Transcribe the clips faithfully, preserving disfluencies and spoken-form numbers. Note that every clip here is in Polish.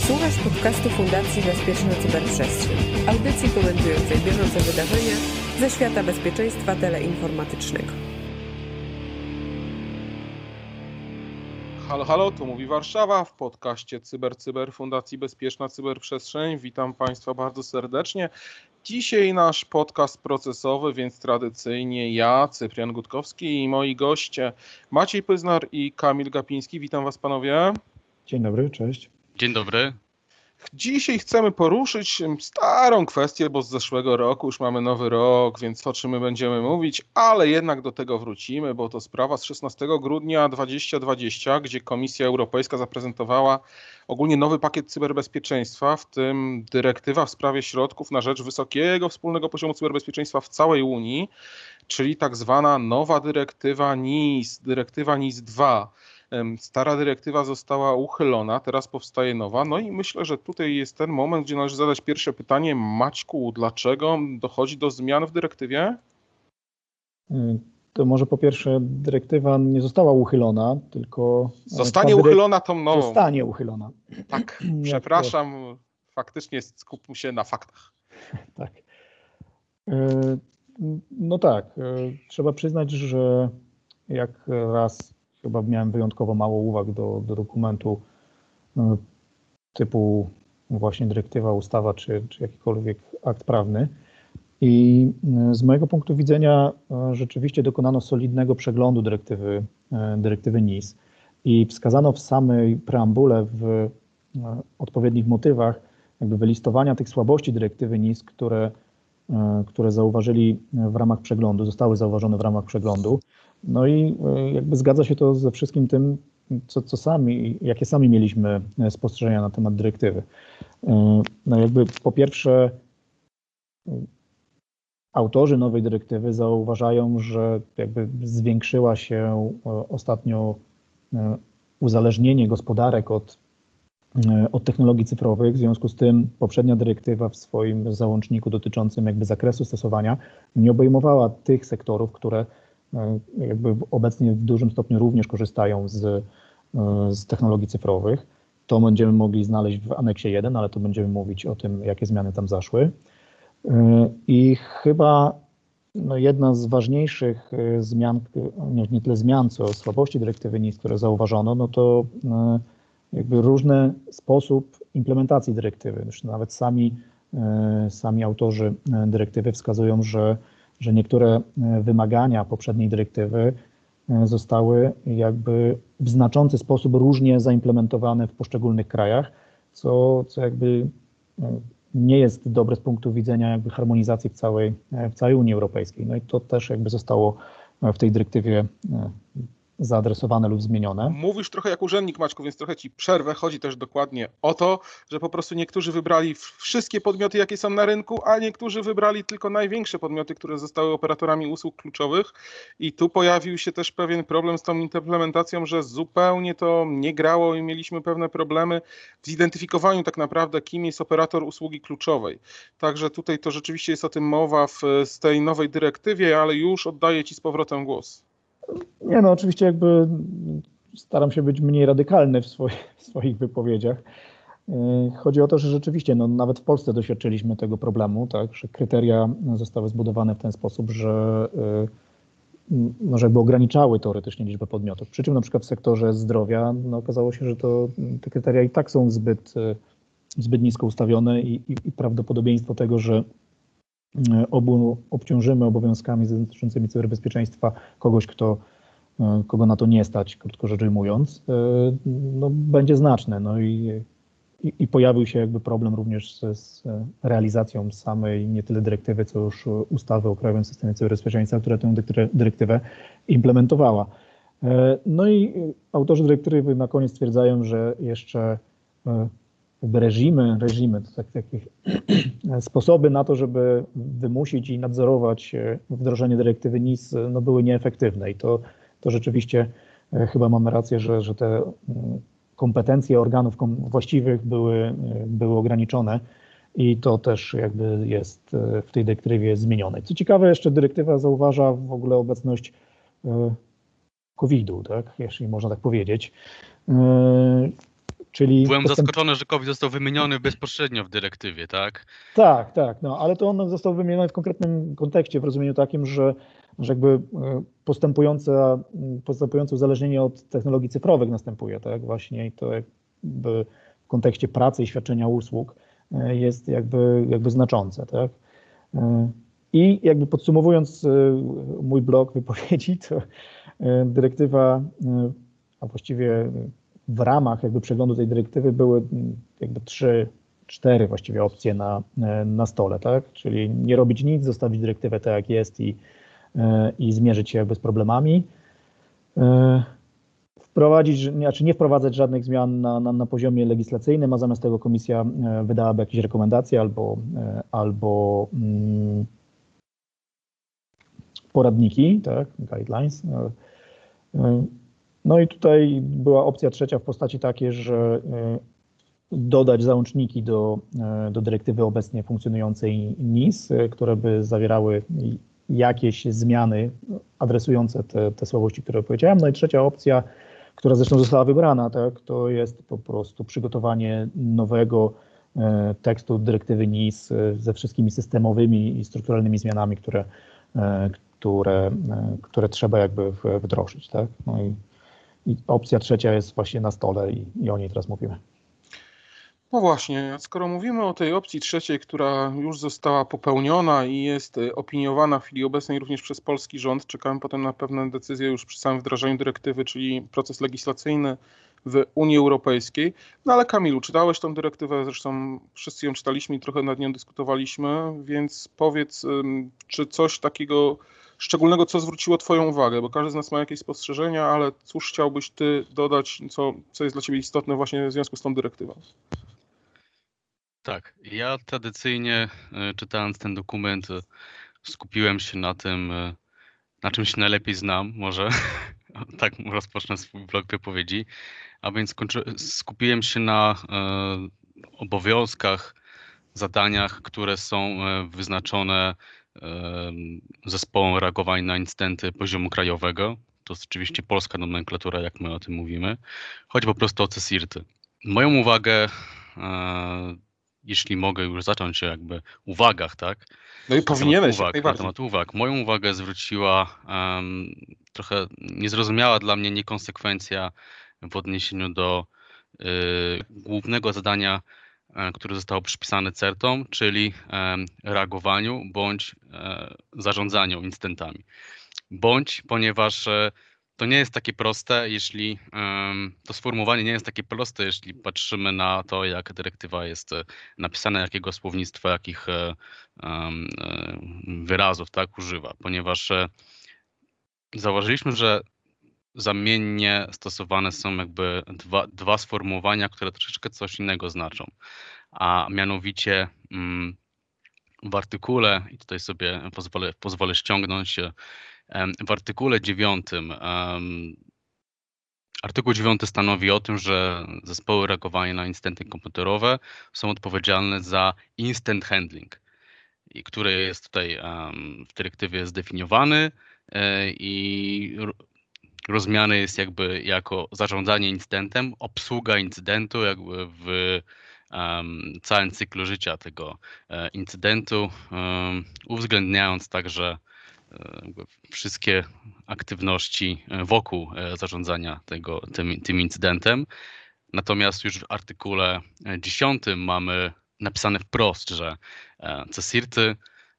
Słuchasz podcastu Fundacji Bezpieczna Cyberprzestrzeń, audycji komentującej bieżące wydarzenia ze świata bezpieczeństwa teleinformatycznego. Halo, halo, tu mówi Warszawa w podcaście Cyber Cyber Fundacji Bezpieczna Cyberprzestrzeń. Witam Państwa bardzo serdecznie. Dzisiaj nasz podcast procesowy, więc tradycyjnie ja, Cyprian Gutkowski i moi goście Maciej Pyznar i Kamil Gapiński. Witam Was, panowie. Dzień dobry, cześć. Dzień dobry. Dzisiaj chcemy poruszyć starą kwestię, bo z zeszłego roku już mamy nowy rok, więc o czym my będziemy mówić, ale jednak do tego wrócimy, bo to sprawa z szesnastego grudnia dwa tysiące dwudziestego, gdzie Komisja Europejska zaprezentowała ogólnie nowy pakiet cyberbezpieczeństwa, w tym dyrektywa w sprawie środków na rzecz wysokiego wspólnego poziomu cyberbezpieczeństwa w całej Unii, czyli tak zwana nowa dyrektywa N I S, dyrektywa N I S dwa. Stara dyrektywa została uchylona, teraz powstaje nowa. No i myślę, że tutaj jest ten moment, gdzie należy zadać pierwsze pytanie. Maćku, dlaczego dochodzi do zmian w dyrektywie? To może po pierwsze dyrektywa nie została uchylona, tylko... Zostanie dyrek... uchylona tą nową. Zostanie uchylona. Tak, przepraszam, faktycznie skupmy się na faktach. Tak. No tak, trzeba przyznać, że jak raz chyba miałem wyjątkowo mało uwag do, do dokumentu typu właśnie dyrektywa, ustawa czy, czy jakikolwiek akt prawny. I z mojego punktu widzenia rzeczywiście dokonano solidnego przeglądu dyrektywy, dyrektywy N I S i wskazano w samej preambule, w odpowiednich motywach jakby wylistowania tych słabości dyrektywy N I S, które, które zauważyli w ramach przeglądu, zostały zauważone w ramach przeglądu. No i jakby zgadza się to ze wszystkim tym, co, co sami, jakie sami mieliśmy spostrzeżenia na temat dyrektywy. No jakby po pierwsze autorzy nowej dyrektywy zauważają, że jakby zwiększyła się ostatnio uzależnienie gospodarek od, od technologii cyfrowych. W związku z tym poprzednia dyrektywa w swoim załączniku dotyczącym jakby zakresu stosowania nie obejmowała tych sektorów, które jakby obecnie w dużym stopniu również korzystają z, z technologii cyfrowych. To będziemy mogli znaleźć w aneksie jeden, ale to będziemy mówić o tym, jakie zmiany tam zaszły. I chyba no, jedna z ważniejszych zmian, nie, nie tyle zmian, co słabości dyrektywy N I S, które zauważono, no to jakby różny sposób implementacji dyrektywy. Już nawet sami, sami autorzy dyrektywy wskazują, że że niektóre wymagania poprzedniej dyrektywy zostały jakby w znaczący sposób różnie zaimplementowane w poszczególnych krajach, co, co jakby nie jest dobre z punktu widzenia jakby harmonizacji w całej, w całej Unii Europejskiej. No i to też jakby zostało w tej dyrektywie zaadresowane lub zmienione. Mówisz trochę jak urzędnik, Maćku, więc trochę ci przerwę. Chodzi też dokładnie o to, że po prostu niektórzy wybrali wszystkie podmioty, jakie są na rynku, a niektórzy wybrali tylko największe podmioty, które zostały operatorami usług kluczowych. I tu pojawił się też pewien problem z tą implementacją, że zupełnie to nie grało i mieliśmy pewne problemy w zidentyfikowaniu tak naprawdę, kim jest operator usługi kluczowej. Także tutaj to rzeczywiście jest o tym mowa w z tej nowej dyrektywie, ale już oddaję ci z powrotem głos. Nie no, oczywiście jakby staram się być mniej radykalny w swoich, w swoich wypowiedziach. Chodzi o to, że rzeczywiście no, nawet w Polsce doświadczyliśmy tego problemu, tak, że kryteria zostały zbudowane w ten sposób, że, no, że jakby ograniczały teoretycznie liczbę podmiotów. Przy czym na przykład w sektorze zdrowia no, okazało się, że to, te kryteria i tak są zbyt, zbyt nisko ustawione i, i, i prawdopodobieństwo tego, że obu obciążymy obowiązkami dotyczącymi cyberbezpieczeństwa kogoś, kto, kogo na to nie stać, krótko rzecz ujmując, no, będzie znaczne. No i, i, i pojawił się jakby problem również z, z realizacją samej nie tyle dyrektywy, co już ustawy o Krajowym Systemie Cyberbezpieczeństwa, która tę dyrektywę implementowała. No i autorzy dyrektywy na koniec stwierdzają, że jeszcze jakby reżimy, reżimy, to tak, takie sposoby na to, żeby wymusić i nadzorować wdrożenie dyrektywy N I S, no były nieefektywne i to, to rzeczywiście chyba mamy rację, że, że te kompetencje organów właściwych były, były ograniczone i to też jakby jest w tej dyrektywie zmienione. Co ciekawe, jeszcze dyrektywa zauważa w ogóle obecność kowida, tak, jeśli można tak powiedzieć. Czyli Byłem postęp... zaskoczony, że COVID został wymieniony bezpośrednio w dyrektywie, tak? Tak, tak, no, ale to on został wymieniony w konkretnym kontekście, w rozumieniu takim, że, że jakby postępujące, postępujące uzależnienie od technologii cyfrowych następuje, tak, właśnie i to jakby w kontekście pracy i świadczenia usług jest jakby, jakby znaczące, tak. I jakby podsumowując mój blok wypowiedzi, to dyrektywa, a właściwie w ramach jakby przeglądu tej dyrektywy były jakby trzy, cztery właściwie opcje na, na stole, tak? Czyli nie robić nic, zostawić dyrektywę tak jak jest i, i zmierzyć się jakby z problemami. Wprowadzić, znaczy nie wprowadzać żadnych zmian na, na, na poziomie legislacyjnym, a zamiast tego komisja wydałaby jakieś rekomendacje albo, albo mm, poradniki, tak? Guidelines. No i tutaj była opcja trzecia w postaci takiej, że dodać załączniki do, do dyrektywy obecnie funkcjonującej N I S, które by zawierały jakieś zmiany adresujące te, te słabości, które powiedziałem. No i trzecia opcja, która zresztą została wybrana, tak, to jest po prostu przygotowanie nowego tekstu dyrektywy N I S ze wszystkimi systemowymi i strukturalnymi zmianami, które, które, które trzeba jakby wdrożyć. Tak? No i, i opcja trzecia jest właśnie na stole i, i o niej teraz mówimy. No właśnie, skoro mówimy o tej opcji trzeciej, która już została popełniona i jest opiniowana w chwili obecnej również przez polski rząd, czekamy potem na pewne decyzje już przy samym wdrażaniu dyrektywy, czyli proces legislacyjny w Unii Europejskiej. No ale Kamilu, czytałeś tą dyrektywę, zresztą wszyscy ją czytaliśmy i trochę nad nią dyskutowaliśmy, więc powiedz, czy coś takiego szczególnego, co zwróciło Twoją uwagę, bo każdy z nas ma jakieś spostrzeżenia, ale cóż chciałbyś Ty dodać, co, co jest dla Ciebie istotne właśnie w związku z tą dyrektywą? Tak, ja tradycyjnie czytając ten dokument skupiłem się na tym, na czym się najlepiej znam, może tak rozpocznę swój blok wypowiedzi, a więc skupiłem się na obowiązkach, zadaniach, które są wyznaczone zespołom reagowania na incydenty poziomu krajowego. To jest oczywiście polska nomenklatura, jak my o tym mówimy. Chodzi po prostu o CSIRT-y. Moją uwagę, jeśli mogę już zacząć jakby uwagach, tak? No i powinieneś, uwag, na temat uwag. Moją uwagę zwróciła um, trochę niezrozumiała dla mnie niekonsekwencja w odniesieniu do y, głównego zadania, y, które zostało przypisane CERT-om, czyli y, reagowaniu bądź y, zarządzaniu incydentami. Bądź, ponieważ y, to nie jest takie proste, jeśli um, to sformułowanie nie jest takie proste, jeśli patrzymy na to, jak dyrektywa jest napisana, jakiego słownictwa, jakich um, wyrazów tak używa, ponieważ zauważyliśmy, że zamiennie stosowane są jakby dwa, dwa sformułowania, które troszeczkę coś innego znaczą, a mianowicie um, w artykule, i tutaj sobie pozwolę, pozwolę ściągnąć, w artykule dziewiątym, um, artykuł dziewiąty stanowi o tym, że zespoły reagowania na incydenty komputerowe są odpowiedzialne za instant handling, i który jest tutaj um, w dyrektywie zdefiniowany e, i rozumiany jest jakby jako zarządzanie incydentem, obsługa incydentu jakby w um, całym cyklu życia tego e, incydentu, um, uwzględniając także wszystkie aktywności wokół zarządzania tego, tym, tym incydentem. Natomiast już w artykule dziesiątym mamy napisane wprost, że CSIRT-y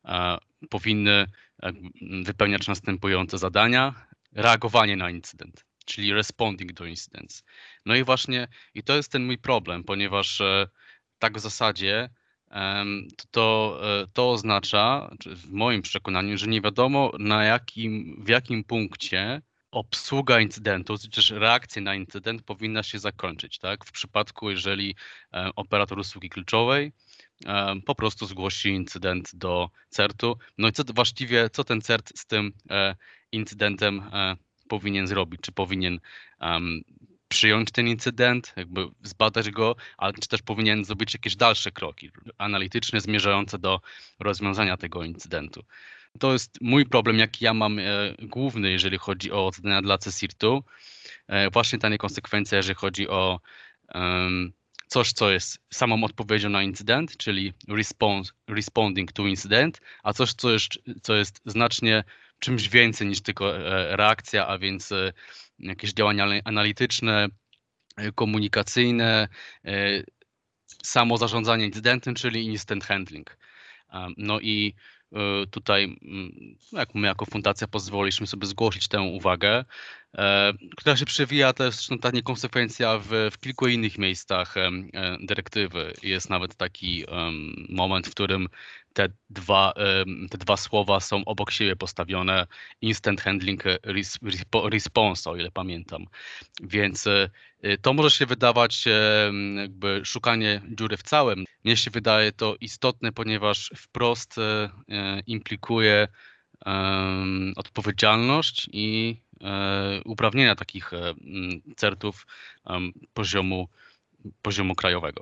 powinny wypełniać następujące zadania: reagowanie na incydent, czyli responding to incidents. No i właśnie, i to jest ten mój problem, ponieważ tak w zasadzie To, to, to oznacza, w moim przekonaniu, że nie wiadomo na jakim, w jakim punkcie obsługa incydentu, czy też reakcja na incydent powinna się zakończyć. Tak? W przypadku, jeżeli operator usługi kluczowej po prostu zgłosi incydent do CERT-u, no i co właściwie, co ten CERT z tym incydentem powinien zrobić? Czy powinien um, przyjąć ten incydent, jakby zbadać go, ale czy też powinien zrobić jakieś dalsze kroki analityczne zmierzające do rozwiązania tego incydentu. To jest mój problem, jaki ja mam e, główny, jeżeli chodzi o zadania dla CSIRT-u. E, właśnie ta niekonsekwencja, jeżeli chodzi o um, coś, co jest samą odpowiedzią na incydent, czyli response, responding to incident, a coś, co jest, co jest znacznie czymś więcej niż tylko reakcja, a więc jakieś działania analityczne, komunikacyjne, samo zarządzanie incydentem, czyli instant handling. No i tutaj, jak my jako fundacja pozwoliliśmy sobie zgłosić tę uwagę, która się przewija też, no, ta niekonsekwencja w, w kilku innych miejscach dyrektywy. Jest nawet taki moment, w którym te dwa, te dwa słowa są obok siebie postawione, instant handling response, o ile pamiętam. Więc to może się wydawać jakby szukanie dziury w całym. Mnie się wydaje to istotne, ponieważ wprost implikuje odpowiedzialność i uprawnienia takich certów poziomu, poziomu krajowego.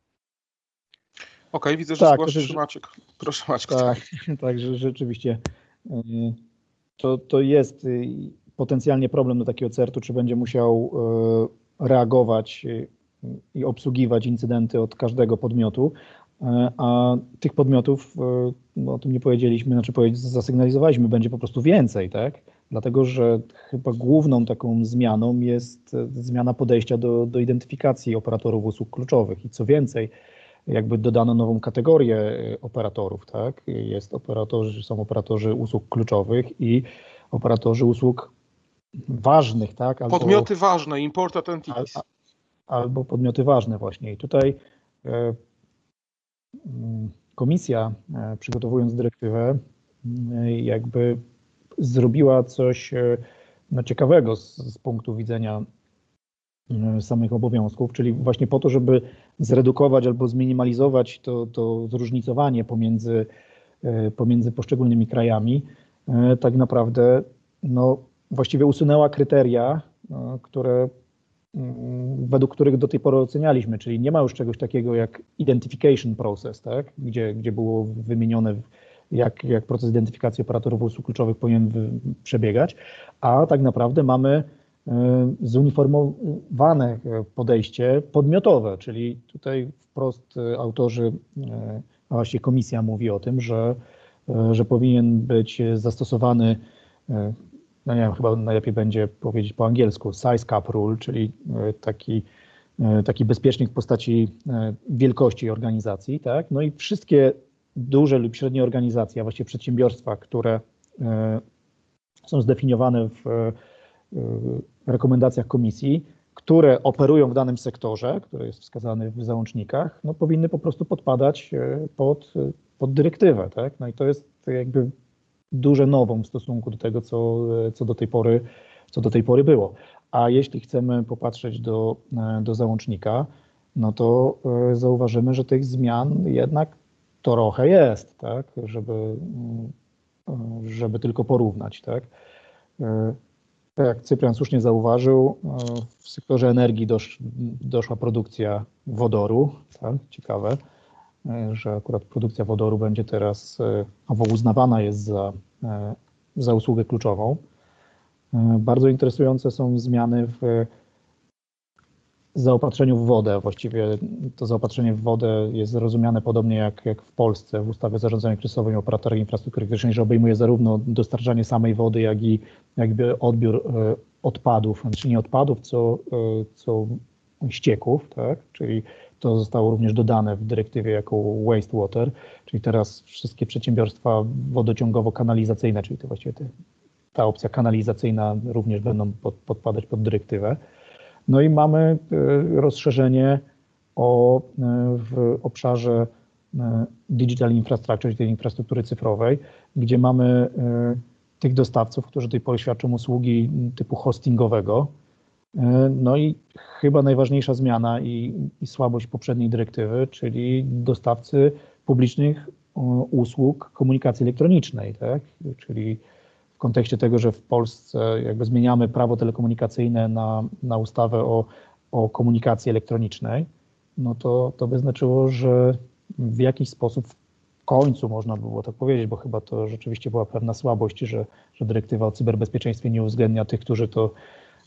Okej, okay, widzę, że tak, zgłaszasz że, Maciek. Proszę Maciek. Tak, tak, że rzeczywiście to, to jest potencjalnie problem do takiego certu, czy będzie musiał reagować i obsługiwać incydenty od każdego podmiotu, a tych podmiotów, no, o tym nie powiedzieliśmy, znaczy zasygnalizowaliśmy, będzie po prostu więcej, tak? Dlatego, że chyba główną taką zmianą jest zmiana podejścia do, do identyfikacji operatorów usług kluczowych i co więcej, jakby dodano nową kategorię operatorów, tak? Jest operatorzy, są operatorzy usług kluczowych i operatorzy usług ważnych, tak? Albo, podmioty ważne, important entities. Al, albo podmioty ważne właśnie. I tutaj e, komisja, e, przygotowując dyrektywę, e, jakby zrobiła coś e, no, ciekawego z, z punktu widzenia samych obowiązków, czyli właśnie po to, żeby zredukować albo zminimalizować to, to zróżnicowanie pomiędzy, pomiędzy poszczególnymi krajami, tak naprawdę no, właściwie usunęła kryteria, które, według których do tej pory ocenialiśmy, czyli nie ma już czegoś takiego jak identification process, tak? gdzie, gdzie było wymienione, jak, jak proces identyfikacji operatorów usług kluczowych powinien przebiegać, a tak naprawdę mamy zuniformowane podejście podmiotowe, czyli tutaj wprost autorzy, a właściwie komisja mówi o tym, że, że powinien być zastosowany, no nie wiem, chyba najlepiej będzie powiedzieć po angielsku, size cap rule, czyli taki, taki bezpiecznik w postaci wielkości organizacji, tak? No i wszystkie duże lub średnie organizacje, a właściwie przedsiębiorstwa, które są zdefiniowane w rekomendacjach komisji, które operują w danym sektorze, który jest wskazany w załącznikach, no powinny po prostu podpadać pod, pod dyrektywę, tak? No i to jest jakby duże nowum w stosunku do tego, co, co, do tej pory, co do tej pory było. A jeśli chcemy popatrzeć do, do załącznika, no to zauważymy, że tych zmian jednak trochę jest, tak? Żeby, żeby tylko porównać, tak? Tak jak Cyprian słusznie zauważył, w sektorze energii dosz, doszła produkcja wodoru, tak? Ciekawe, że akurat produkcja wodoru będzie teraz, albo uznawana jest za, za usługę kluczową. Bardzo interesujące są zmiany w zaopatrzeniu w wodę. Właściwie to zaopatrzenie w wodę jest rozumiane podobnie jak, jak w Polsce w ustawie o zarządzaniu kryzysowym i operatorach infrastruktury krytycznej, że obejmuje zarówno dostarczanie samej wody, jak i jakby odbiór odpadów, znaczy nie odpadów, co, co ścieków, tak? Czyli to zostało również dodane w dyrektywie jako wastewater, czyli teraz wszystkie przedsiębiorstwa wodociągowo-kanalizacyjne, czyli to właściwie te, ta opcja kanalizacyjna również będą pod, podpadać pod dyrektywę. No i mamy rozszerzenie o, w obszarze digital infrastructure, czyli tej infrastruktury cyfrowej, gdzie mamy tych dostawców, którzy do tej pory świadczą usługi typu hostingowego. No i chyba najważniejsza zmiana i, i słabość poprzedniej dyrektywy, czyli dostawcy publicznych usług komunikacji elektronicznej, tak? Czyli w kontekście tego, że w Polsce jakby zmieniamy prawo telekomunikacyjne na, na ustawę o, o komunikacji elektronicznej, no to, to by znaczyło, że w jakiś sposób w końcu można by było tak powiedzieć, bo chyba to rzeczywiście była pewna słabość, że, że dyrektywa o cyberbezpieczeństwie nie uwzględnia tych, którzy to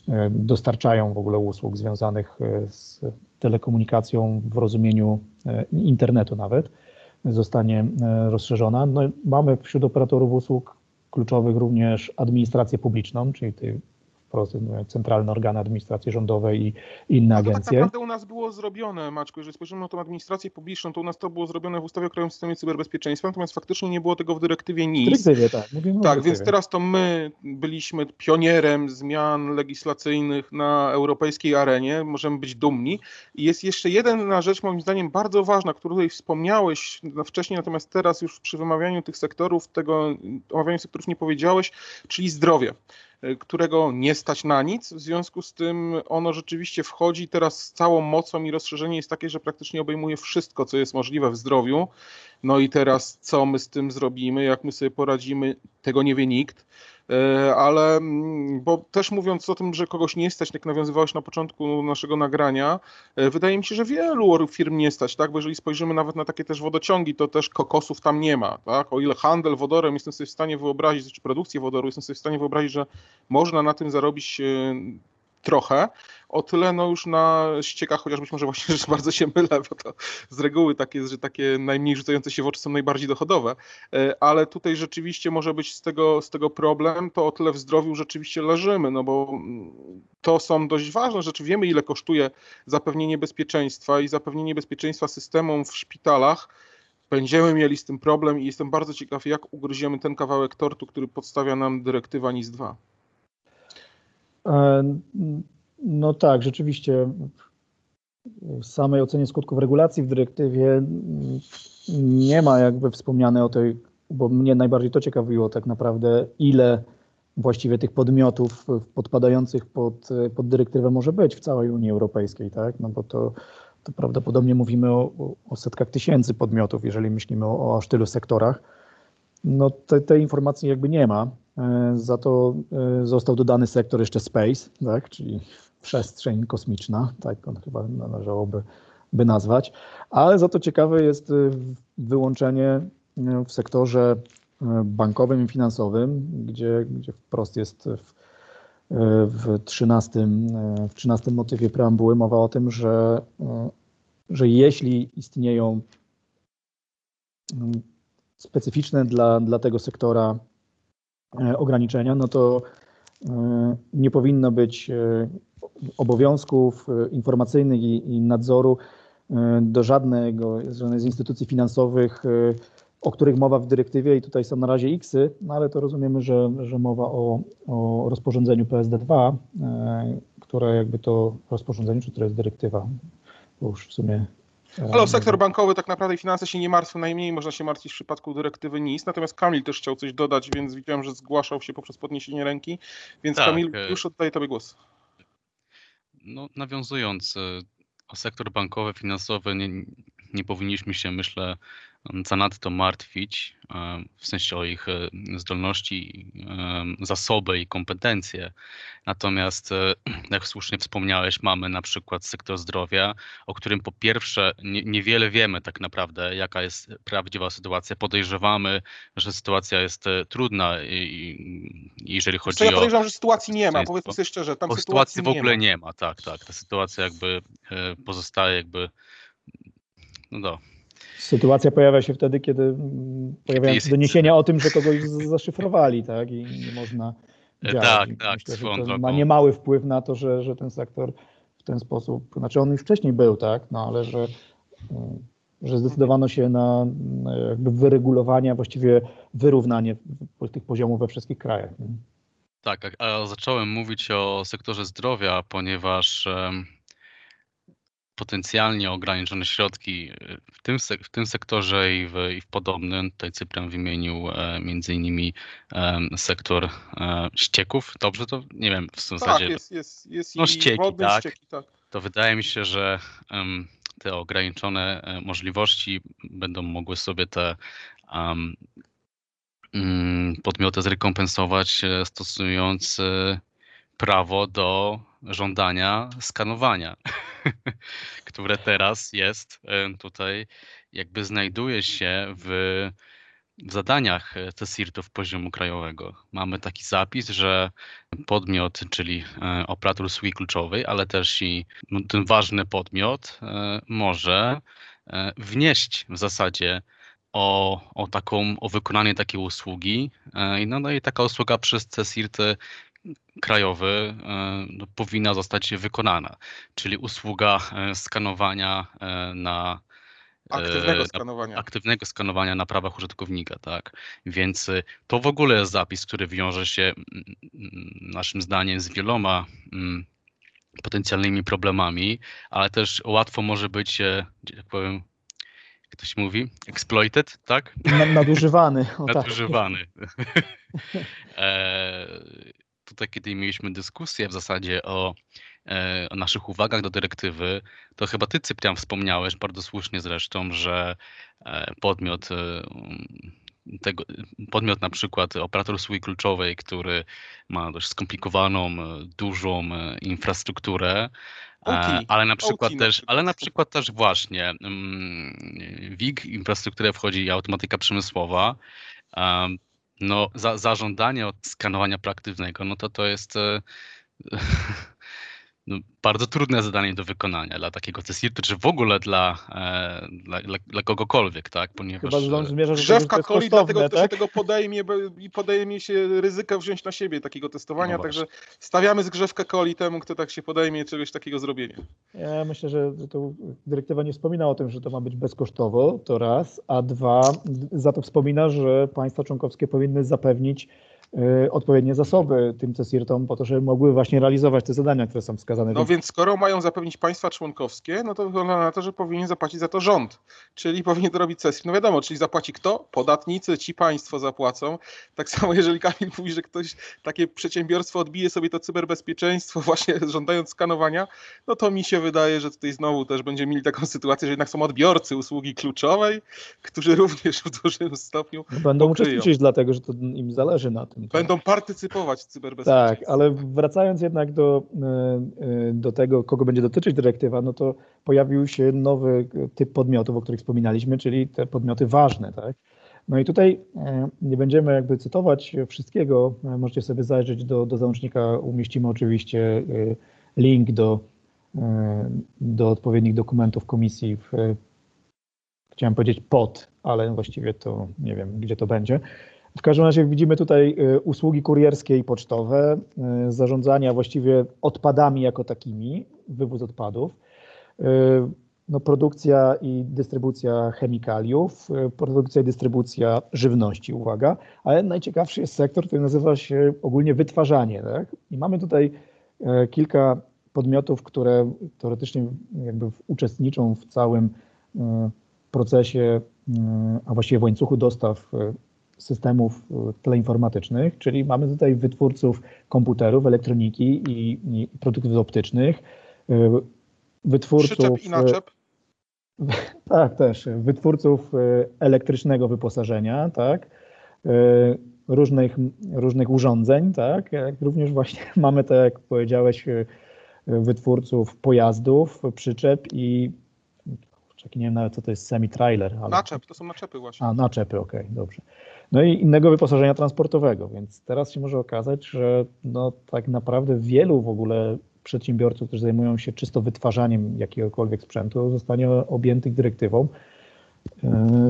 dostarczają w ogóle usług związanych z telekomunikacją w rozumieniu internetu nawet, zostanie rozszerzona. No, mamy wśród operatorów usług kluczowych również administrację publiczną, czyli tej wprost centralne organy administracji rządowej i inne A to tak agencje. naprawdę u nas było zrobione, Maćku, jeżeli spojrzymy na tą administrację publiczną, to u nas to było zrobione w ustawie o Krajowym Systemie Cyberbezpieczeństwa, natomiast faktycznie nie było tego w dyrektywie W N I S. dyrektywie, tak. Mówimy o Tak, dyrektywie. więc teraz to my byliśmy pionierem zmian legislacyjnych na europejskiej arenie, możemy być dumni. I jest jeszcze jedna rzecz, moim zdaniem, bardzo ważna, którą tutaj wspomniałeś wcześniej, natomiast teraz już przy wymawianiu tych sektorów, tego omawianiu sektorów nie powiedziałeś, czyli zdrowie, którego nie stać na nic, w związku z tym ono rzeczywiście wchodzi teraz z całą mocą i rozszerzenie jest takie, że praktycznie obejmuje wszystko, co jest możliwe w zdrowiu. No i teraz co my z tym zrobimy, jak my sobie poradzimy, tego nie wie nikt, ale bo też mówiąc o tym, że kogoś nie stać, jak nawiązywałeś na początku naszego nagrania, wydaje mi się, że wielu firm nie stać, tak, bo jeżeli spojrzymy nawet na takie też wodociągi, to też kokosów tam nie ma, tak, o ile handel wodorem jestem sobie w stanie wyobrazić, czy produkcję wodoru, jestem sobie w stanie wyobrazić, że można na tym zarobić trochę, o tyle no już na ściekach, chociaż być może właśnie że bardzo się mylę, bo to z reguły tak jest, że takie najmniej rzucające się w oczy są najbardziej dochodowe, ale tutaj rzeczywiście może być z tego, z tego problem, to o tyle w zdrowiu rzeczywiście leżymy, no bo to są dość ważne rzeczy, wiemy ile kosztuje zapewnienie bezpieczeństwa i zapewnienie bezpieczeństwa systemom w szpitalach. Będziemy mieli z tym problem i jestem bardzo ciekaw, jak ugryziemy ten kawałek tortu, który podstawia nam dyrektywa N I S dwa. No tak, rzeczywiście w samej ocenie skutków regulacji w dyrektywie nie ma jakby wspomniane o tej, bo mnie najbardziej to ciekawiło tak naprawdę, ile właściwie tych podmiotów podpadających pod, pod dyrektywę może być w całej Unii Europejskiej, tak? No bo to, to prawdopodobnie mówimy o, o setkach tysięcy podmiotów, jeżeli myślimy o, o aż tylu sektorach. No te, tej informacji jakby nie ma. Za to został dodany sektor jeszcze space, tak, czyli przestrzeń kosmiczna, tak on chyba należałoby by nazwać, ale za to ciekawe jest wyłączenie w sektorze bankowym i finansowym, gdzie, gdzie wprost jest w, w, trzynastym, w trzynastym motywie preambuły mowa o tym, że, że jeśli istnieją specyficzne dla, dla tego sektora ograniczenia, no to nie powinno być obowiązków informacyjnych i, i nadzoru do żadnego z instytucji finansowych, o których mowa w dyrektywie i tutaj są na razie iksy, no ale to rozumiemy, że, że mowa o, o rozporządzeniu P S D dwa, które jakby to rozporządzenie, czy to jest dyrektywa, bo już w sumie. Ale o sektor bankowy tak naprawdę finanse się nie martwią, najmniej można się martwić w przypadku dyrektywy N I S, natomiast Kamil też chciał coś dodać, więc widziałem, że zgłaszał się poprzez podniesienie ręki, więc tak, Kamil, już oddaję Tobie głos. No, nawiązując o sektor bankowy, finansowy, nie, nie powinniśmy się, myślę, zanadto martwić, w sensie o ich zdolności, zasoby i kompetencje. Natomiast, jak słusznie wspomniałeś, mamy na przykład sektor zdrowia, o którym po pierwsze nie, niewiele wiemy tak naprawdę, jaka jest prawdziwa sytuacja. Podejrzewamy, że sytuacja jest trudna, i, i jeżeli chodzi Co ja o... podejrzewam, że sytuacji nie ma, powiedzmy sobie szczerze, tam o sytuacji sytuacji w ogóle nie ma. nie ma, tak, tak. Ta sytuacja jakby pozostaje jakby, no do. Sytuacja pojawia się wtedy, kiedy pojawiają się doniesienia o tym, że kogoś zaszyfrowali, tak, i nie można działać. Tak, I tak, myślę, że swoją to drogą. ma niemały wpływ na to, że, że ten sektor w ten sposób, znaczy on już wcześniej był, tak, no ale że, że zdecydowano się na jakby wyregulowanie, a właściwie wyrównanie tych poziomów we wszystkich krajach. Nie? Tak, a zacząłem mówić o sektorze zdrowia, ponieważ um, potencjalnie ograniczone środki w tym, sek- w tym sektorze i w, i w podobnym, tutaj Cyprian wymienił e, między innymi e, sektor e, ścieków, dobrze to? Nie wiem, w zasadzie... Tak, jest, jest, jest no, i ścieki, wodne tak. ścieki, tak. To wydaje mi się, że um, te ograniczone e, możliwości będą mogły sobie te um, um, podmioty zrekompensować, e, stosując e, prawo do żądania skanowania, które teraz jest tutaj, jakby znajduje się w w zadaniach CSIRT-ów poziomu krajowego mamy taki zapis, że podmiot, czyli operator usługi kluczowej, ale też i no, ten ważny podmiot może wnieść w zasadzie o, o taką, o wykonanie takiej usługi. No, no i taka usługa przez CSIRT krajowy no, powinna zostać wykonana, czyli usługa skanowania na Aktywnego skanowania. aktywnego skanowania na prawach użytkownika, tak. Więc to w ogóle jest zapis, który wiąże się naszym zdaniem z wieloma potencjalnymi problemami, ale też łatwo może być, jak powiem, jak to się mówi, exploited, tak? Nadużywany. O, Nadużywany. Tak. e, tutaj, kiedy mieliśmy dyskusję w zasadzie o o naszych uwagach do dyrektywy, to chyba ty, Cyprian, wspomniałeś, bardzo słusznie zresztą, że podmiot tego, podmiot na przykład operator usługi kluczowej, który ma dość skomplikowaną, dużą infrastrukturę, O T, ale na przykład O T też, na przykład. ale na przykład też właśnie W I G, infrastrukturę wchodzi automatyka przemysłowa, no za, zażądanie od skanowania proaktywnego, no to to jest no, bardzo trudne zadanie do wykonania dla takiego CSIRT-u, czy w ogóle dla, e, dla, dla, dla kogokolwiek, tak? Ponieważ Chyba zdąży zmierza, że Grzewka to jest coli, kosztowne, dlatego też tak? tego podejmie i podejmie się ryzyka wziąć na siebie takiego testowania, No także stawiamy z Grzewka coli temu, kto tak się podejmie czegoś takiego zrobienia. Ja myślę, że to dyrektywa nie wspomina o tym, że to ma być bezkosztowo, to raz, a dwa, za to wspomina, że państwa członkowskie powinny zapewnić y, odpowiednie zasoby tym CSIRT-om po to, żeby mogły właśnie realizować te zadania, które są wskazane. No więc skoro mają zapewnić państwa członkowskie, no to wygląda na to, że powinien zapłacić za to rząd, czyli powinien to robić CSIRT. No wiadomo, czyli zapłaci kto? Podatnicy, ci państwo zapłacą. Tak samo jeżeli Kamil mówi, że ktoś, takie przedsiębiorstwo odbije sobie to cyberbezpieczeństwo właśnie żądając skanowania, no to mi się wydaje, że tutaj znowu też będziemy mieli taką sytuację, że jednak są odbiorcy usługi kluczowej, którzy również w dużym stopniu Będą pokryją. uczestniczyć dlatego, że to im zależy na tym. Będą partycypować w cyberbezpieczeństwie. Tak, ale wracając jednak do, do tego, kogo będzie dotyczyć dyrektywa, no to pojawił się nowy typ podmiotów, o których wspominaliśmy, czyli te podmioty ważne, tak? No i tutaj nie będziemy jakby cytować wszystkiego, możecie sobie zajrzeć do, do załącznika, umieścimy oczywiście link do, do odpowiednich dokumentów komisji, w, chciałem powiedzieć pod, ale właściwie to nie wiem, gdzie to będzie. W każdym razie widzimy tutaj usługi kurierskie i pocztowe, zarządzania właściwie odpadami jako takimi, wywóz odpadów, no, produkcja i dystrybucja chemikaliów, produkcja i dystrybucja żywności, uwaga, ale najciekawszy jest sektor, który nazywa się ogólnie wytwarzanie, tak? I mamy tutaj kilka podmiotów, które teoretycznie jakby uczestniczą w całym procesie, a właściwie w łańcuchu dostaw systemów teleinformatycznych, czyli mamy tutaj wytwórców komputerów, elektroniki i, i produktów optycznych, wytwórców... Przyczep i naczep. Tak, też. Wytwórców elektrycznego wyposażenia, tak, różnych, różnych urządzeń, tak, jak również właśnie mamy, tak jak powiedziałeś, wytwórców pojazdów, przyczep i nie wiem nawet co to jest semi-trailer. Ale... Naczep, to są naczepy właśnie. A, naczepy, okej, okay, dobrze. No i innego wyposażenia transportowego, więc teraz się może okazać, że no tak naprawdę wielu w ogóle przedsiębiorców, którzy zajmują się czysto wytwarzaniem jakiegokolwiek sprzętu, zostanie objętych dyrektywą yy,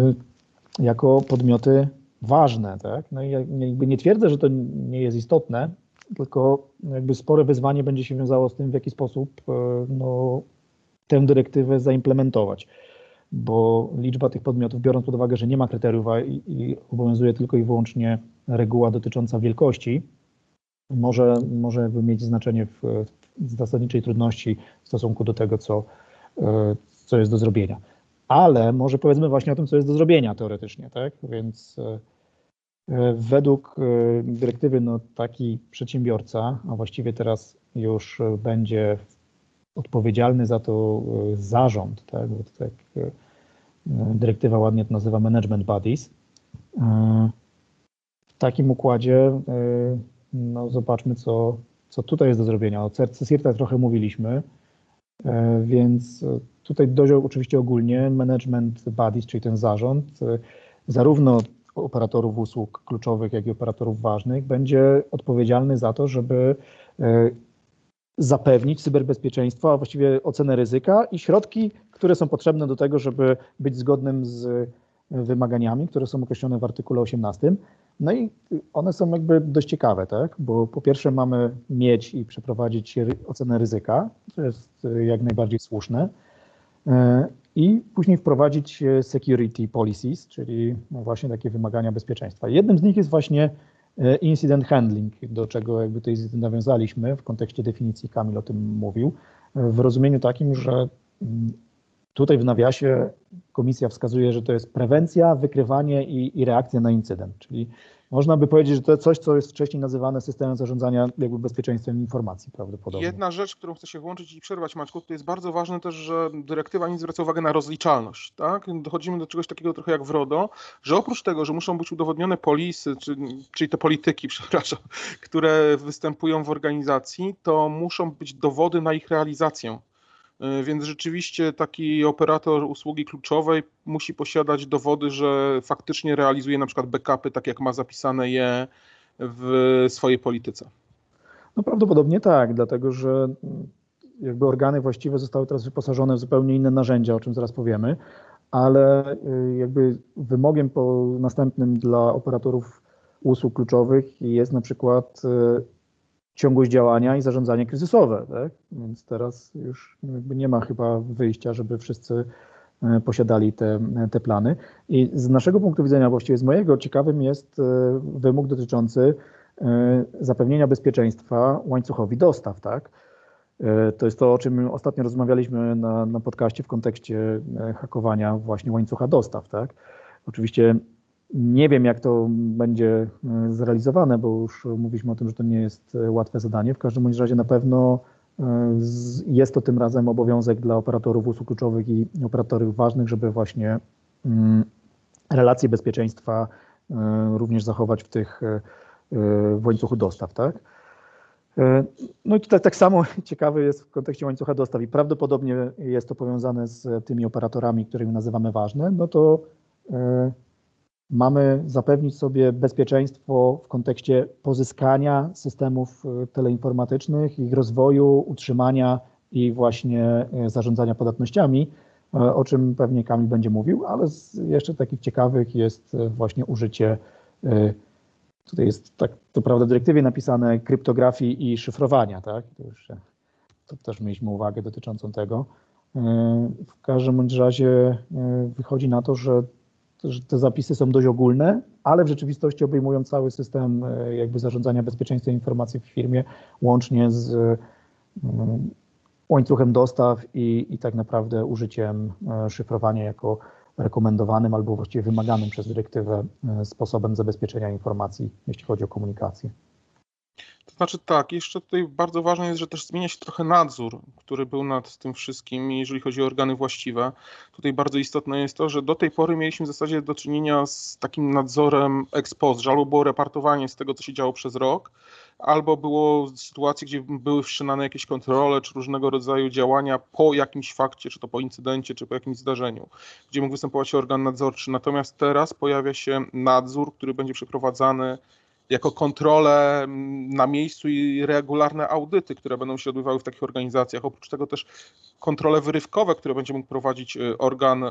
jako podmioty ważne, tak? No i jakby nie twierdzę, że to nie jest istotne, tylko jakby spore wyzwanie będzie się wiązało z tym, w jaki sposób yy, no, tę dyrektywę zaimplementować, bo liczba tych podmiotów, biorąc pod uwagę, że nie ma kryteriów i, i obowiązuje tylko i wyłącznie reguła dotycząca wielkości, może, może jakby mieć znaczenie w, w zasadniczej trudności w stosunku do tego, co, co jest do zrobienia. Ale może powiedzmy właśnie o tym, co jest do zrobienia teoretycznie, tak? Więc według dyrektywy no, taki przedsiębiorca, a właściwie teraz już będzie odpowiedzialny za to zarząd, tak? Bo to tak dyrektywa ładnie to nazywa management bodies. W takim układzie no zobaczmy, co, co tutaj jest do zrobienia. O CSIRT-ach trochę mówiliśmy, więc tutaj dość oczywiście ogólnie management bodies, czyli ten zarząd, zarówno operatorów usług kluczowych, jak i operatorów ważnych, będzie odpowiedzialny za to, żeby zapewnić cyberbezpieczeństwo, a właściwie ocenę ryzyka i środki, które są potrzebne do tego, żeby być zgodnym z wymaganiami, które są określone w artykule osiemnastym. No i one są jakby dość ciekawe, tak? Bo po pierwsze mamy mieć i przeprowadzić ocenę ryzyka, co jest jak najbardziej słuszne, i później wprowadzić security policies, czyli właśnie takie wymagania bezpieczeństwa. Jednym z nich jest właśnie incident handling, do czego jakby tutaj nawiązaliśmy w kontekście definicji, Kamil o tym mówił, w rozumieniu takim, że tutaj w nawiasie komisja wskazuje, że to jest prewencja, wykrywanie i, i reakcja na incydent, czyli można by powiedzieć, że to jest coś, co jest wcześniej nazywane systemem zarządzania jakby bezpieczeństwem informacji prawdopodobnie. Jedna rzecz, którą chcę się włączyć i przerwać, Maćku, to jest bardzo ważne też, że dyrektywa nie zwraca uwagi na rozliczalność. Tak? Dochodzimy do czegoś takiego trochę jak w RODO, że oprócz tego, że muszą być udowodnione polisy, czyli, czyli te polityki, przepraszam, które występują w organizacji, to muszą być dowody na ich realizację. Więc rzeczywiście taki operator usługi kluczowej musi posiadać dowody, że faktycznie realizuje na przykład backupy, tak jak ma zapisane je w swojej polityce. No prawdopodobnie tak, dlatego że jakby organy właściwe zostały teraz wyposażone w zupełnie inne narzędzia, o czym zaraz powiemy, ale jakby wymogiem po następnym dla operatorów usług kluczowych jest na przykład ciągłość działania i zarządzanie kryzysowe, tak? Więc teraz już jakby nie ma chyba wyjścia, żeby wszyscy posiadali te, te plany. I z naszego punktu widzenia, właściwie z mojego, ciekawym jest wymóg dotyczący zapewnienia bezpieczeństwa łańcuchowi dostaw, tak? To jest to, o czym ostatnio rozmawialiśmy na, na podcaście w kontekście hakowania właśnie łańcucha dostaw, tak? Oczywiście nie wiem, jak to będzie zrealizowane, bo już mówiliśmy o tym, że to nie jest łatwe zadanie. W każdym bądź razie na pewno jest to tym razem obowiązek dla operatorów usług kluczowych i operatorów ważnych, żeby właśnie relacje bezpieczeństwa również zachować w tych w łańcuchu dostaw, tak? No i tutaj tak samo ciekawy jest w kontekście łańcucha dostaw i prawdopodobnie jest to powiązane z tymi operatorami, którymi nazywamy ważne, no to mamy zapewnić sobie bezpieczeństwo w kontekście pozyskania systemów teleinformatycznych, ich rozwoju, utrzymania i właśnie zarządzania podatnościami, o czym pewnie Kamil będzie mówił, ale z jeszcze takich ciekawych jest właśnie użycie, tutaj jest tak to prawda w dyrektywie napisane, kryptografii i szyfrowania, tak? To, już, to też mieliśmy uwagę dotyczącą tego. W każdym bądź razie wychodzi na to, że że te zapisy są dość ogólne, ale w rzeczywistości obejmują cały system jakby zarządzania bezpieczeństwem informacji w firmie, łącznie z łańcuchem dostaw i, i tak naprawdę użyciem szyfrowania jako rekomendowanym albo właściwie wymaganym przez dyrektywę sposobem zabezpieczenia informacji, jeśli chodzi o komunikację. To znaczy tak, jeszcze tutaj bardzo ważne jest, że też zmienia się trochę nadzór, który był nad tym wszystkim, jeżeli chodzi o organy właściwe. Tutaj bardzo istotne jest to, że do tej pory mieliśmy w zasadzie do czynienia z takim nadzorem ex post, że albo było raportowanie z tego, co się działo przez rok, albo było sytuacje, gdzie były wszczynane jakieś kontrole, czy różnego rodzaju działania po jakimś fakcie, czy to po incydencie, czy po jakimś zdarzeniu, gdzie mógł występować organ nadzorczy. Natomiast teraz pojawia się nadzór, który będzie przeprowadzany jako kontrole na miejscu i regularne audyty, które będą się odbywały w takich organizacjach. Oprócz tego też kontrole wyrywkowe, które będzie mógł prowadzić organ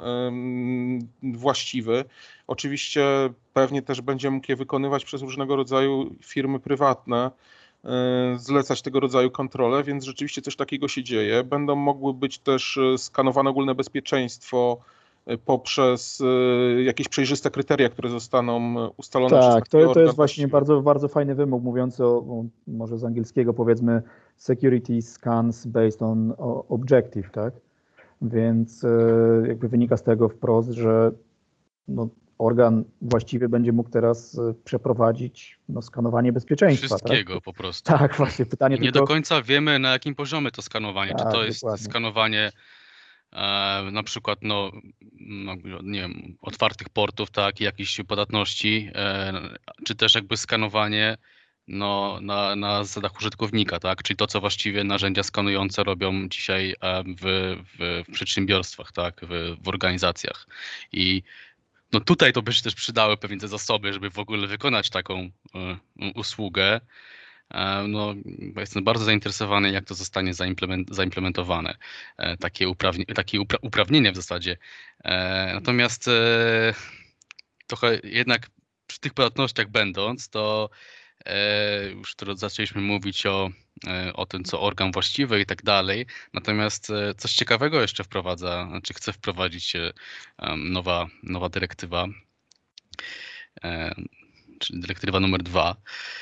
właściwy. Oczywiście pewnie też będzie mógł je wykonywać przez różnego rodzaju firmy prywatne, zlecać tego rodzaju kontrole, więc rzeczywiście coś takiego się dzieje. Będą mogły być też skanowane ogólne bezpieczeństwo poprzez jakieś przejrzyste kryteria, które zostaną ustalone tak, przez Tak, to, to jest właśnie bardzo, bardzo fajny wymóg mówiący o, o, może z angielskiego powiedzmy security scans based on objective, tak? Więc jakby wynika z tego wprost, że no, organ właściwy będzie mógł teraz przeprowadzić no, skanowanie bezpieczeństwa. Wszystkiego tak? po prostu. Tak, właśnie pytanie I nie tylko... do końca wiemy, na jakim poziomie to skanowanie. Tak, czy to jest dokładnie. skanowanie e, na przykład, no, no, nie wiem, otwartych portów, tak, i jakichś podatności, e, czy też jakby skanowanie no, na, na zasadach użytkownika, tak, czyli to, co właściwie narzędzia skanujące robią dzisiaj w, w, w przedsiębiorstwach, tak, w, w organizacjach. I no tutaj to by się też przydały pewnie te zasoby, żeby w ogóle wykonać taką e, usługę. E, No, jestem bardzo zainteresowany, jak to zostanie zaimplement, zaimplementowane, e, takie, uprawnie, takie upra, uprawnienia w zasadzie. E, Natomiast e, trochę jednak przy tych podatnościach będąc, to e, już tu zaczęliśmy mówić o, e, o tym, co organ właściwy i tak dalej. Natomiast e, coś ciekawego jeszcze wprowadza, znaczy chce wprowadzić e, em, nowa, nowa dyrektywa, e, czyli dyrektywa numer dwa,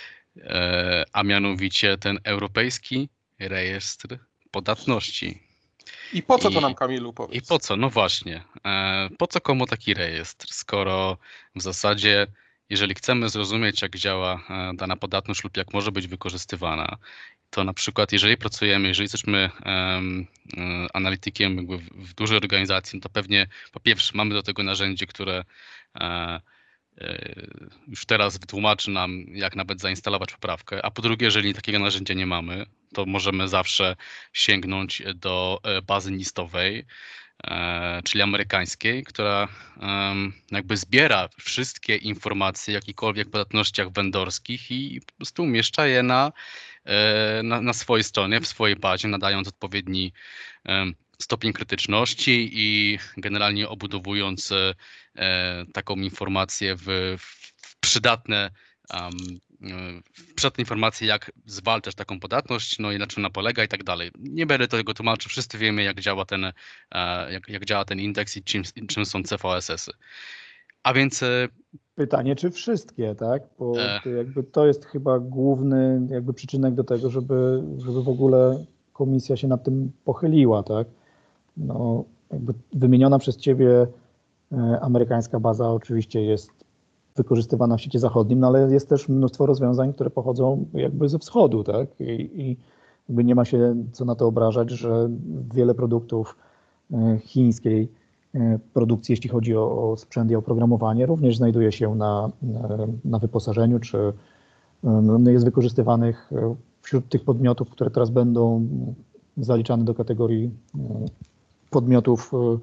e, a mianowicie ten Europejski Rejestr Podatności. I po co to I- nam, Kamilu, I powiedz? po co? No właśnie. E, Po co komu taki rejestr, skoro w zasadzie, jeżeli chcemy zrozumieć, jak działa e, dana podatność lub jak może być wykorzystywana, to na przykład jeżeli pracujemy, jeżeli jesteśmy em, e, analitykiem jakby w, w dużej organizacji, no to pewnie po pierwsze mamy do tego narzędzie, które e, e, już teraz wytłumaczy nam, jak nawet zainstalować poprawkę, a po drugie, jeżeli takiego narzędzia nie mamy, to możemy zawsze sięgnąć do e, bazy listowej, e, czyli amerykańskiej, która em, jakby zbiera wszystkie informacje o jakichkolwiek podatnościach vendorskich i po prostu umieszcza je na, e, na, na swojej stronie, w swojej bazie, nadając odpowiedni em, stopień krytyczności i generalnie obudowując e, e, taką informację w, w przydatne um, w przydatne informacje, jak zwalczać taką podatność, no i na czym ona polega i tak dalej. Nie będę tego tłumaczył, wszyscy wiemy, jak działa ten, e, jak, jak działa ten indeks i czym, czym są C V S S y. A więc e, Pytanie, czy wszystkie, tak? Bo E. to jakby to jest chyba główny jakby przyczynek do tego, żeby, żeby w ogóle komisja się nad tym pochyliła, tak? No, jakby wymieniona przez Ciebie e, amerykańska baza oczywiście jest wykorzystywana w świecie zachodnim, no ale jest też mnóstwo rozwiązań, które pochodzą jakby ze wschodu, tak? I, i jakby nie ma się co na to obrażać, że wiele produktów e, chińskiej e, produkcji, jeśli chodzi o, o sprzęt i oprogramowanie, również znajduje się na, na, na wyposażeniu, czy e, no, jest wykorzystywanych e, wśród tych podmiotów, które teraz będą zaliczane do kategorii e, podmiotów e,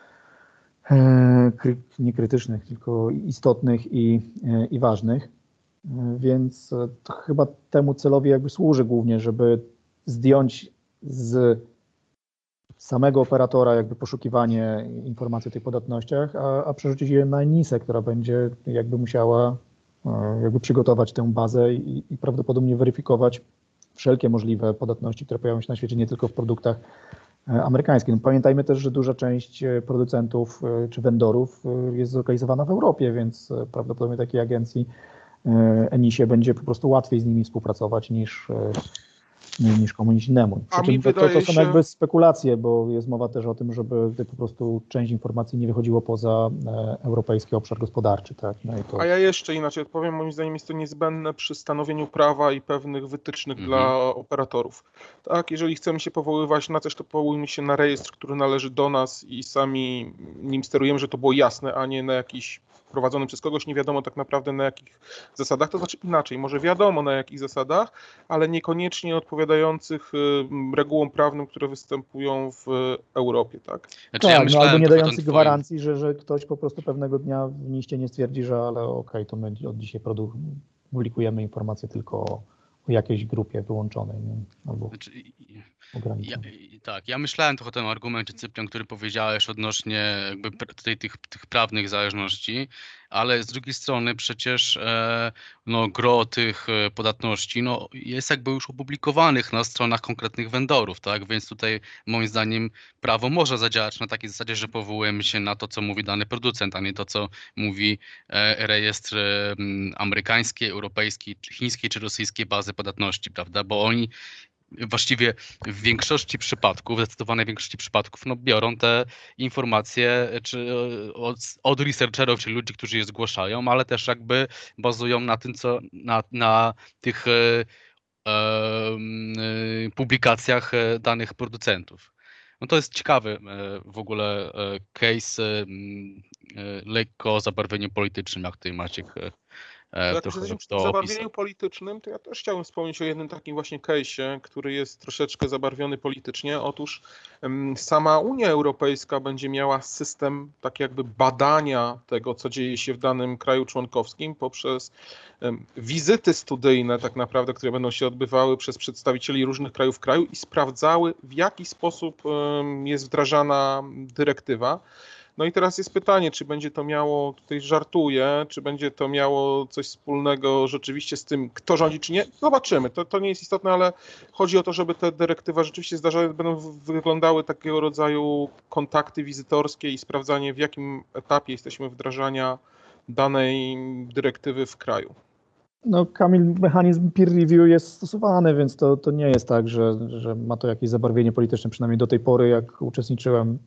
kry- nie krytycznych, tylko istotnych i, e, i ważnych. E, Więc e, to chyba temu celowi jakby służy głównie, żeby zdjąć z samego operatora jakby poszukiwanie informacji o tych podatnościach, a, a przerzucić je na NIS-ę, która będzie jakby musiała e, jakby przygotować tę bazę i, i prawdopodobnie weryfikować wszelkie możliwe podatności, które pojawią się na świecie, nie tylko w produktach e, amerykańskich. No, pamiętajmy też, że duża część e, producentów e, czy vendorów e, jest zlokalizowana w Europie, więc e, prawdopodobnie takiej agencji e, enisie będzie po prostu łatwiej z nimi współpracować niż, e, niż komuś innemu. A Przy mi czym to, to wydaje są się- jakby spekulacje, bo jest mowa też o tym, żeby po prostu część informacji nie wychodziło poza e, europejski obszar gospodarczy. Tak? No i to... A ja jeszcze inaczej odpowiem. Moim zdaniem jest to niezbędne przy stanowieniu prawa i pewnych wytycznych Mhm. dla operatorów. Tak, jeżeli chcemy się powoływać na coś, to powołujmy się na rejestr, który należy do nas i sami nim sterujemy, że to było jasne, a nie na jakiś prowadzony przez kogoś, nie wiadomo tak naprawdę na jakich zasadach, to znaczy inaczej, może wiadomo na jakich zasadach, ale niekoniecznie odpowiadających y, regułom prawnym, które występują w Europie, tak? znaczy ja Tak, no myślałem albo nie trochę o dający tym twoim- gwarancji, że, że ktoś po prostu pewnego dnia w niście nie stwierdzi, że ale okej, to my od dzisiaj produ- publikujemy informacje tylko o, o jakiejś grupie wyłączonej, nie? Albo Znaczy, i- i- Ja, ograniczonej. i- tak, ja myślałem trochę o tym argumencie, Cyprian, który powiedziałeś odnośnie jakby pr- tutaj tych, tych prawnych zależności, ale z drugiej strony przecież e, no, gro tych e, podatności no, jest jakby już opublikowanych na stronach konkretnych vendorów, tak? Więc tutaj moim zdaniem prawo może zadziałać na takiej zasadzie, że powołujemy się na to, co mówi dany producent, a nie to, co mówi e, rejestr e, m, amerykańskiej, europejskiej, czy chińskiej czy rosyjskiej bazy podatności, prawda? Bo oni właściwie w większości przypadków, w zdecydowanej większości przypadków, no biorą te informacje czy e, od, od researcherów, czy ludzi, którzy je zgłaszają, ale też jakby bazują na tym, co na, na tych e, e, e, publikacjach e, danych producentów. No to jest ciekawy e, w ogóle e, case e, m, e, lekko o zabarwieniu politycznym, jak tutaj Maciek e, e, Jak trochę już jesteśmy przy to tym opisać. zabarwieniu politycznym, to ja też chciałem wspomnieć o jednym takim właśnie case'ie, który jest troszeczkę zabarwiony politycznie. Otóż em, sama Unia Europejska będzie miała system tak jakby badania tego, co dzieje się w danym kraju członkowskim poprzez em, wizyty studyjne tak naprawdę, które będą się odbywały przez przedstawicieli różnych krajów kraju i sprawdzały, w jaki sposób em, jest wdrażana dyrektywa. No i teraz jest pytanie, czy będzie to miało, tutaj żartuję, czy będzie to miało coś wspólnego rzeczywiście z tym, kto rządzi, czy nie. Zobaczymy, to, to nie jest istotne, ale chodzi o to, żeby te dyrektywy rzeczywiście zdarzały, będą wyglądały takiego rodzaju kontakty wizytorskie i sprawdzanie, w jakim etapie jesteśmy wdrażania danej dyrektywy w kraju. No, Kamil, mechanizm peer review jest stosowany, więc to, to nie jest tak, że, że ma to jakieś zabarwienie polityczne, przynajmniej do tej pory, jak uczestniczyłem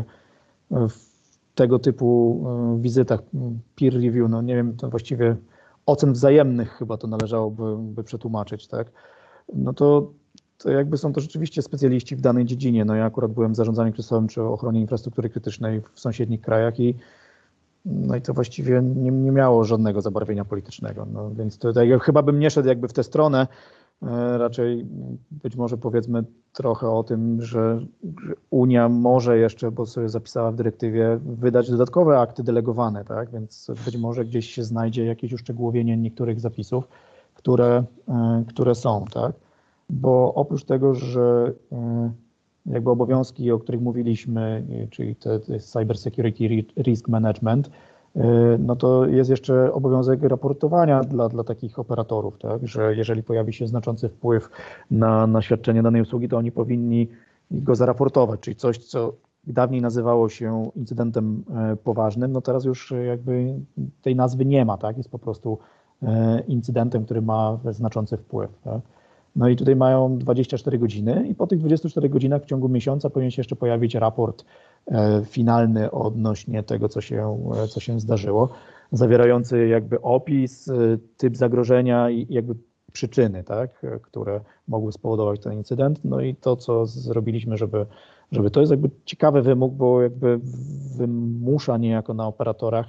w tego typu wizytach peer review, no nie wiem, to właściwie ocen wzajemnych chyba to należałoby by przetłumaczyć, tak? No to, to jakby są to rzeczywiście specjaliści w danej dziedzinie. No ja akurat byłem w zarządzaniu kryzysowym czy ochronie infrastruktury krytycznej w sąsiednich krajach i no i to właściwie nie, nie miało żadnego zabarwienia politycznego. No więc to, to ja chyba bym nie szedł jakby w tę stronę, raczej być może powiedzmy trochę o tym, że Unia może jeszcze, bo sobie zapisała w dyrektywie, wydać dodatkowe akty delegowane, tak? Więc być może gdzieś się znajdzie jakieś uszczegółowienie niektórych zapisów, które, które są, tak? Bo oprócz tego, że jakby obowiązki, o których mówiliśmy, czyli te, te Cyber Security Risk Management, no to jest jeszcze obowiązek raportowania dla, dla takich operatorów, tak? Że jeżeli pojawi się znaczący wpływ na, na świadczenie danej usługi, to oni powinni go zaraportować, czyli coś, co dawniej nazywało się incydentem poważnym, no teraz już jakby tej nazwy nie ma, tak? Jest po prostu incydentem, który ma znaczący wpływ, tak? No i tutaj mają dwadzieścia cztery godziny i po tych dwudziestu czterech godzinach w ciągu miesiąca powinien się jeszcze pojawić raport e, finalny odnośnie tego, co się, co się zdarzyło, zawierający jakby opis, e, typ zagrożenia i jakby przyczyny, tak, które mogły spowodować ten incydent. No i to, co zrobiliśmy, żeby, żeby to jest jakby ciekawy wymóg, bo jakby wymusza niejako na operatorach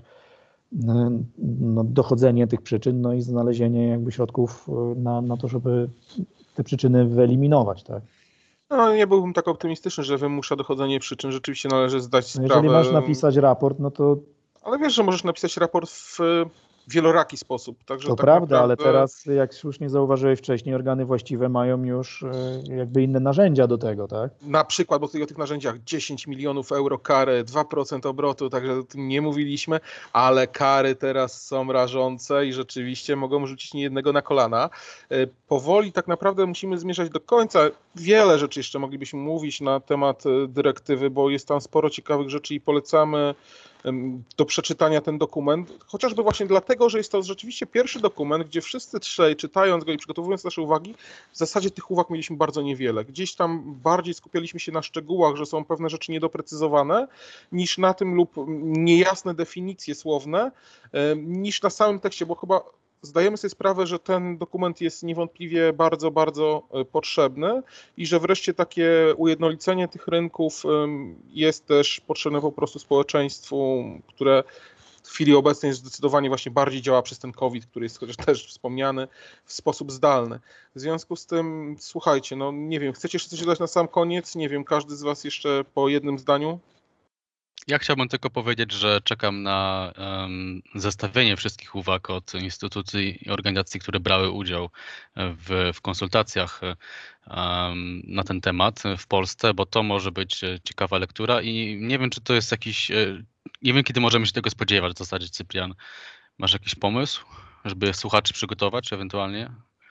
no, dochodzenie tych przyczyn, no i znalezienie jakby środków na, na to, żeby te przyczyny wyeliminować, tak? No, nie byłbym tak optymistyczny, że wymusza dochodzenie przyczyn. Rzeczywiście należy zdać No, sprawę. jeżeli masz napisać raport, no to... Ale wiesz, że możesz napisać raport w wieloraki sposób. Także to tak prawda, naprawdę... ale teraz, jak słusznie zauważyłeś wcześniej, organy właściwe mają już jakby inne narzędzia do tego, tak? Na przykład, bo tutaj o tych narzędziach dziesięć milionów euro kary, dwa procent obrotu, także o tym nie mówiliśmy, ale kary teraz są rażące i rzeczywiście mogą rzucić niejednego na kolana. Powoli tak naprawdę musimy zmierzać do końca. Wiele rzeczy jeszcze moglibyśmy mówić na temat dyrektywy, bo jest tam sporo ciekawych rzeczy i polecamy do przeczytania ten dokument, chociażby właśnie dlatego, że jest to rzeczywiście pierwszy dokument, gdzie wszyscy trzej, czytając go i przygotowując nasze uwagi, w zasadzie tych uwag mieliśmy bardzo niewiele. Gdzieś tam bardziej skupialiśmy się na szczegółach, że są pewne rzeczy niedoprecyzowane, niż na tym lub niejasne definicje słowne, niż na samym tekście, bo chyba zdajemy sobie sprawę, że ten dokument jest niewątpliwie bardzo, bardzo potrzebny i że wreszcie takie ujednolicenie tych rynków jest też potrzebne po prostu społeczeństwu, które w chwili obecnej zdecydowanie właśnie bardziej działa przez ten COVID, który jest chociaż też wspomniany w sposób zdalny. W związku z tym, słuchajcie, no nie wiem, chcecie jeszcze coś dodać na sam koniec? Nie wiem, każdy z was jeszcze po jednym zdaniu? Ja chciałbym tylko powiedzieć, że czekam na um, zestawienie wszystkich uwag od instytucji i organizacji, które brały udział w, w konsultacjach um, na ten temat w Polsce, bo to może być ciekawa lektura i nie wiem, czy to jest jakiś, nie wiem, kiedy możemy się tego spodziewać w zasadzie, Cyprian. Masz jakiś pomysł, żeby słuchaczy przygotować ewentualnie?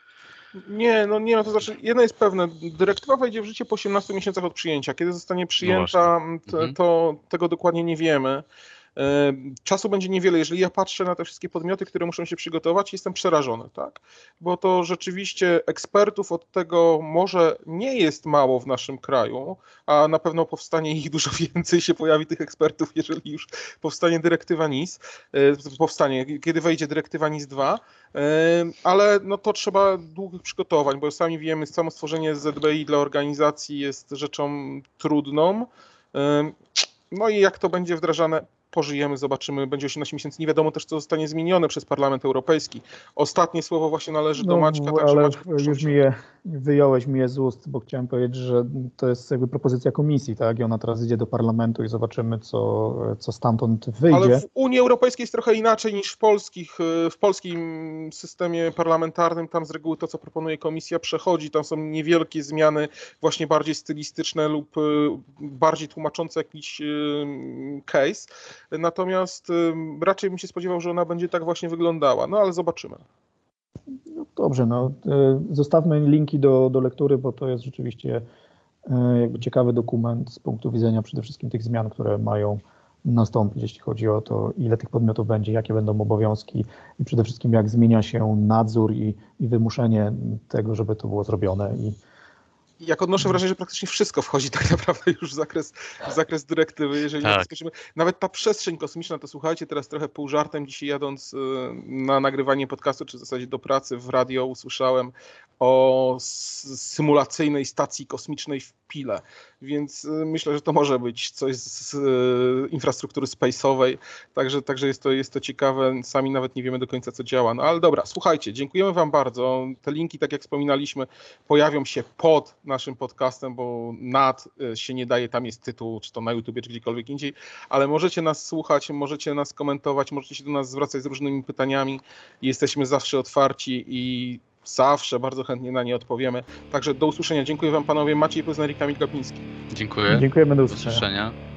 Nie, no nie, no to znaczy, jedno jest pewne, dyrektywa wejdzie w życie po osiemnastu miesiącach od przyjęcia. Kiedy zostanie przyjęta, No to, mhm. to tego dokładnie nie wiemy. Czasu będzie niewiele. Jeżeli ja patrzę na te wszystkie podmioty, które muszą się przygotować, jestem przerażony, tak? Bo to rzeczywiście ekspertów od tego może nie jest mało w naszym kraju, a na pewno powstanie ich dużo więcej, się pojawi tych ekspertów, jeżeli już powstanie dyrektywa N I S, powstanie, kiedy wejdzie dyrektywa N I S dwa, ale no to trzeba długich przygotowań, bo sami wiemy, samo stworzenie Z B I dla organizacji jest rzeczą trudną. No i jak to będzie wdrażane, pożyjemy, zobaczymy, będzie osiemnaście miesięcy, nie wiadomo też, co zostanie zmienione przez Parlament Europejski. Ostatnie słowo właśnie należy do No, Maćka, także ale Maćku, proszę już cię. mi je, wyjąłeś mi je z ust, bo chciałem powiedzieć, że to jest jakby propozycja komisji, tak? I ona teraz idzie do parlamentu i zobaczymy, co, co stamtąd wyjdzie. Ale w Unii Europejskiej jest trochę inaczej niż w, polskich, w polskim systemie parlamentarnym. Tam z reguły to, co proponuje komisja, przechodzi. Tam są niewielkie zmiany, właśnie bardziej stylistyczne lub bardziej tłumaczące jakiś case. Natomiast raczej bym się spodziewał, że ona będzie tak właśnie wyglądała. No ale zobaczymy. No dobrze, no zostawmy linki do, do lektury, bo to jest rzeczywiście jakby ciekawy dokument z punktu widzenia przede wszystkim tych zmian, które mają nastąpić, jeśli chodzi o to, ile tych podmiotów będzie, jakie będą obowiązki i przede wszystkim jak zmienia się nadzór i, i wymuszenie tego, żeby to było zrobione. I Jak odnoszę wrażenie, że praktycznie wszystko wchodzi tak naprawdę już w zakres, w zakres dyrektywy, jeżeli Tak. skończymy. Nawet ta przestrzeń kosmiczna, to słuchajcie, teraz trochę pół żartem, dzisiaj jadąc na nagrywanie podcastu, czy w zasadzie do pracy w radio, usłyszałem o symulacyjnej stacji kosmicznej w Pile, więc myślę, że to może być coś z infrastruktury space'owej, także, także jest, to, jest to ciekawe, sami nawet nie wiemy do końca, co działa. No ale dobra, słuchajcie, dziękujemy wam bardzo. Te linki, tak jak wspominaliśmy, pojawią się pod naszym podcastem, bo nad się nie daje, tam jest tytuł, czy to na YouTubie, czy gdziekolwiek indziej, ale możecie nas słuchać, możecie nas komentować, możecie się do nas zwracać z różnymi pytaniami. Jesteśmy zawsze otwarci i zawsze bardzo chętnie na nie odpowiemy. Także do usłyszenia. Dziękuję wam panowie. Maciej Poznarik, Kamil Kapiński. Dziękuję. dziękujemy, do Do usłyszenia. usłyszenia.